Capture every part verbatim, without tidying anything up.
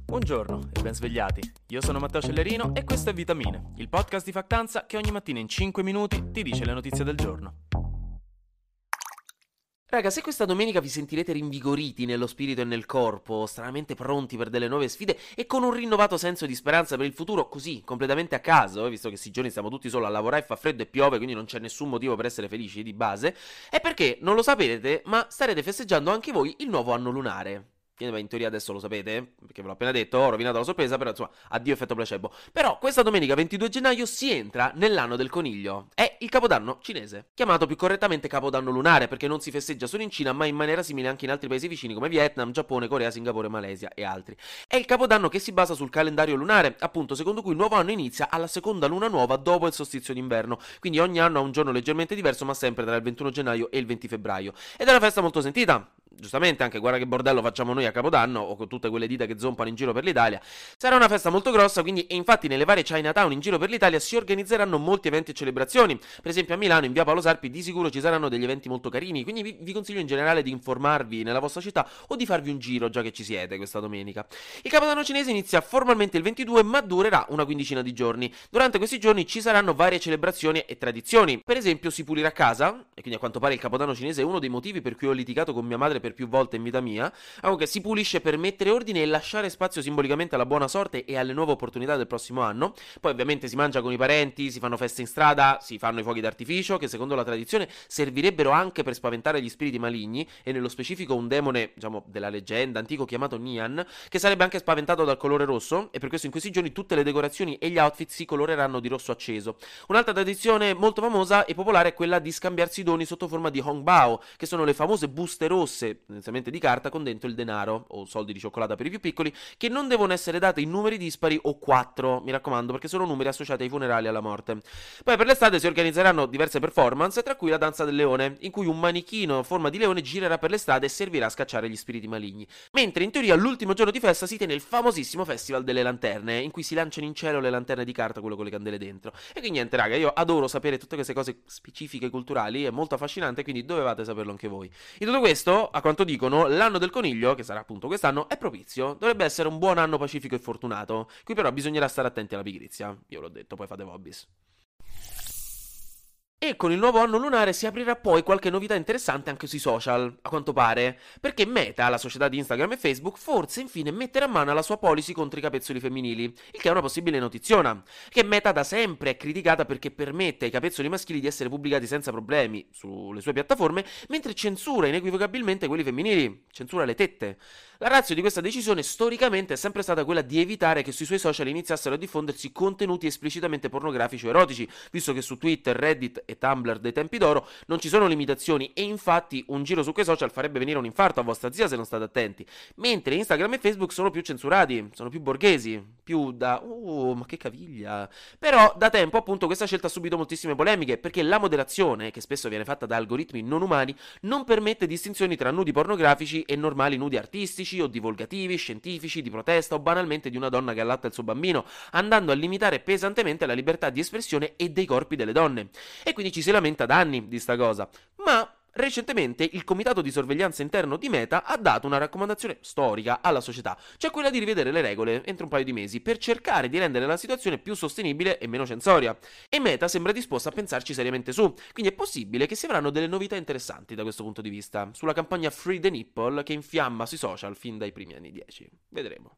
Buongiorno e ben svegliati. Io sono Matteo Cellerino e questo è Vitamine, il podcast di Factanza che ogni mattina in cinque minuti ti dice le notizie del giorno. Raga, se questa domenica vi sentirete rinvigoriti nello spirito e nel corpo, stranamente pronti per delle nuove sfide e con un rinnovato senso di speranza per il futuro, così, completamente a caso, visto che sti giorni stiamo tutti solo a lavorare e fa freddo e piove, quindi non c'è nessun motivo per essere felici di base, è perché, non lo sapete, ma starete festeggiando anche voi il nuovo anno lunare. Che in teoria adesso lo sapete, perché ve l'ho appena detto, ho rovinato la sorpresa, però insomma, addio effetto placebo. Però questa domenica ventidue gennaio si entra nell'anno del coniglio. È il capodanno cinese, chiamato più correttamente capodanno lunare, perché non si festeggia solo in Cina, ma in maniera simile anche in altri paesi vicini come Vietnam, Giappone, Corea, Singapore, Malesia e altri. È il capodanno che si basa sul calendario lunare, appunto, secondo cui il nuovo anno inizia alla seconda luna nuova dopo il solstizio d'inverno, quindi ogni anno ha un giorno leggermente diverso, ma sempre tra il ventuno gennaio e il venti febbraio. Ed è una festa molto sentita. Giustamente, anche guarda che bordello facciamo noi a Capodanno, o con tutte quelle dita che zompano in giro per l'Italia. Sarà una festa molto grossa, quindi, e infatti nelle varie Chinatown in giro per l'Italia si organizzeranno molti eventi e celebrazioni. Per esempio a Milano, in via Paolo Sarpi, di sicuro ci saranno degli eventi molto carini, quindi vi, vi consiglio in generale di informarvi nella vostra città o di farvi un giro già che ci siete questa domenica. Il Capodanno cinese inizia formalmente il ventidue, ma durerà una quindicina di giorni. Durante questi giorni ci saranno varie celebrazioni e tradizioni. Per esempio si pulirà casa, e quindi a quanto pare il Capodanno cinese è uno dei motivi per cui ho litigato con mia madre per più volte in vita mia. Comunque si pulisce per mettere ordine e lasciare spazio simbolicamente alla buona sorte e alle nuove opportunità del prossimo anno. Poi ovviamente si mangia con i parenti, si fanno feste in strada, si fanno i fuochi d'artificio che secondo la tradizione servirebbero anche per spaventare gli spiriti maligni, e nello specifico un demone, diciamo, della leggenda antico chiamato Nian, che sarebbe anche spaventato dal colore rosso, e per questo in questi giorni tutte le decorazioni e gli outfit si coloreranno di rosso acceso. Un'altra tradizione molto famosa e popolare è quella di scambiarsi i doni sotto forma di hongbao, che sono le famose buste rosse, tendenzialmente di carta, con dentro il denaro o soldi di cioccolata per i più piccoli, che non devono essere date in numeri dispari o quattro, mi raccomando, perché sono numeri associati ai funerali e alla morte. Poi per l'estate si organizzeranno diverse performance, tra cui la danza del leone, in cui un manichino a forma di leone girerà per l'estate e servirà a scacciare gli spiriti maligni. Mentre in teoria l'ultimo giorno di festa si tiene il famosissimo Festival delle Lanterne, in cui si lanciano in cielo le lanterne di carta, quello con le candele dentro. E quindi niente raga, io adoro sapere tutte queste cose specifiche culturali, è molto affascinante, quindi dovevate saperlo anche voi. In tutto questo, a quanto dicono, l'anno del coniglio, che sarà appunto quest'anno, è propizio. Dovrebbe essere un buon anno pacifico e fortunato. Qui però bisognerà stare attenti alla pigrizia. Io l'ho detto, poi fate vobbies. E con il nuovo anno lunare si aprirà poi qualche novità interessante anche sui social, a quanto pare, perché Meta, la società di Instagram e Facebook, forse infine metterà mano alla sua policy contro i capezzoli femminili, il che è una possibile notiziona, che Meta da sempre è criticata perché permette ai capezzoli maschili di essere pubblicati senza problemi sulle sue piattaforme, mentre censura inequivocabilmente quelli femminili, censura le tette. La ratio di questa decisione storicamente è sempre stata quella di evitare che sui suoi social iniziassero a diffondersi contenuti esplicitamente pornografici o erotici, visto che su Twitter, Reddit e Tumblr dei tempi d'oro non ci sono limitazioni, e infatti un giro su quei social farebbe venire un infarto a vostra zia se non state attenti, mentre Instagram e Facebook sono più censurati, sono più borghesi, più da... uh, ma che caviglia! Però da tempo appunto questa scelta ha subito moltissime polemiche, perché la moderazione, che spesso viene fatta da algoritmi non umani, non permette distinzioni tra nudi pornografici e normali nudi artistici o divulgativi, scientifici, di protesta o banalmente di una donna che allatta il suo bambino, andando a limitare pesantemente la libertà di espressione e dei corpi delle donne. E quindi ci si lamenta da anni di sta cosa. Ma recentemente il comitato di sorveglianza interno di Meta ha dato una raccomandazione storica alla società, cioè quella di rivedere le regole entro un paio di mesi per cercare di rendere la situazione più sostenibile e meno censoria. E Meta sembra disposta a pensarci seriamente su, quindi è possibile che si avranno delle novità interessanti da questo punto di vista sulla campagna Free the Nipple che infiamma sui social fin dai primi anni dieci. Vedremo.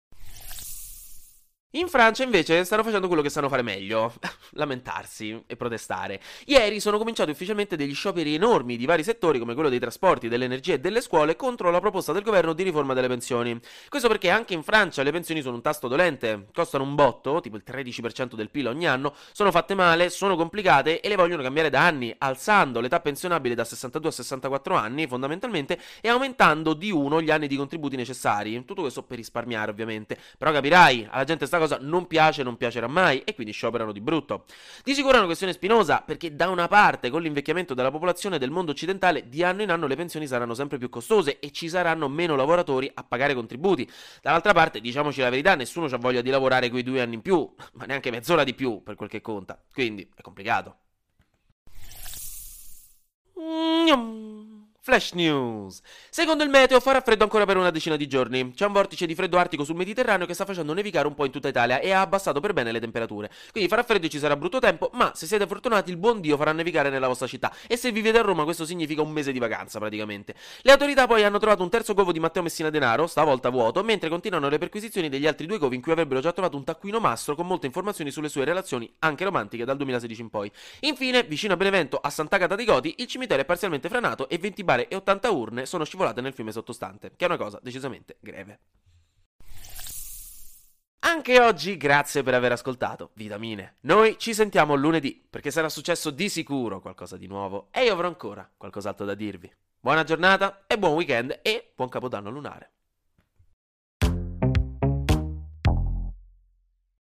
In Francia invece stanno facendo quello che sanno fare meglio, lamentarsi e protestare. Ieri sono cominciati ufficialmente degli scioperi enormi di vari settori come quello dei trasporti, dell'energia e delle scuole contro la proposta del governo di riforma delle pensioni. Questo perché anche in Francia le pensioni sono un tasto dolente, costano un botto, tipo il tredici per cento del P I L ogni anno, sono fatte male, sono complicate e le vogliono cambiare da anni, alzando l'età pensionabile da sessantadue a sessantaquattro anni fondamentalmente e aumentando di uno gli anni di contributi necessari. Tutto questo per risparmiare ovviamente, però capirai, alla gente sta cosa non piace, non piacerà mai e quindi scioperano di brutto. Di sicuro è una questione spinosa perché da una parte con l'invecchiamento della popolazione del mondo occidentale di anno in anno le pensioni saranno sempre più costose e ci saranno meno lavoratori a pagare contributi. Dall'altra parte, diciamoci la verità, nessuno ha voglia di lavorare quei due anni in più, ma neanche mezz'ora di più per quel che conta, quindi è complicato. Flash News. Secondo il meteo farà freddo ancora per una decina di giorni. C'è un vortice di freddo artico sul Mediterraneo che sta facendo nevicare un po' in tutta Italia e ha abbassato per bene le temperature. Quindi farà freddo e ci sarà brutto tempo, ma se siete fortunati il buon Dio farà nevicare nella vostra città. E se vivete a Roma questo significa un mese di vacanza praticamente. Le autorità poi hanno trovato un terzo covo di Matteo Messina Denaro, stavolta vuoto, mentre continuano le perquisizioni degli altri due covi in cui avrebbero già trovato un taccuino mastro con molte informazioni sulle sue relazioni, anche romantiche, dal duemilasedici in poi. Infine, vicino a Benevento, a Sant'Agata dei Goti, il cimitero è parzialmente franato e venti bare e ottanta urne sono scivolate nel fiume sottostante, che è una cosa decisamente greve. Anche oggi grazie per aver ascoltato Vitamine. Noi ci sentiamo lunedì, perché sarà successo di sicuro qualcosa di nuovo e io avrò ancora qualcos'altro da dirvi. Buona giornata e buon weekend e buon capodanno lunare.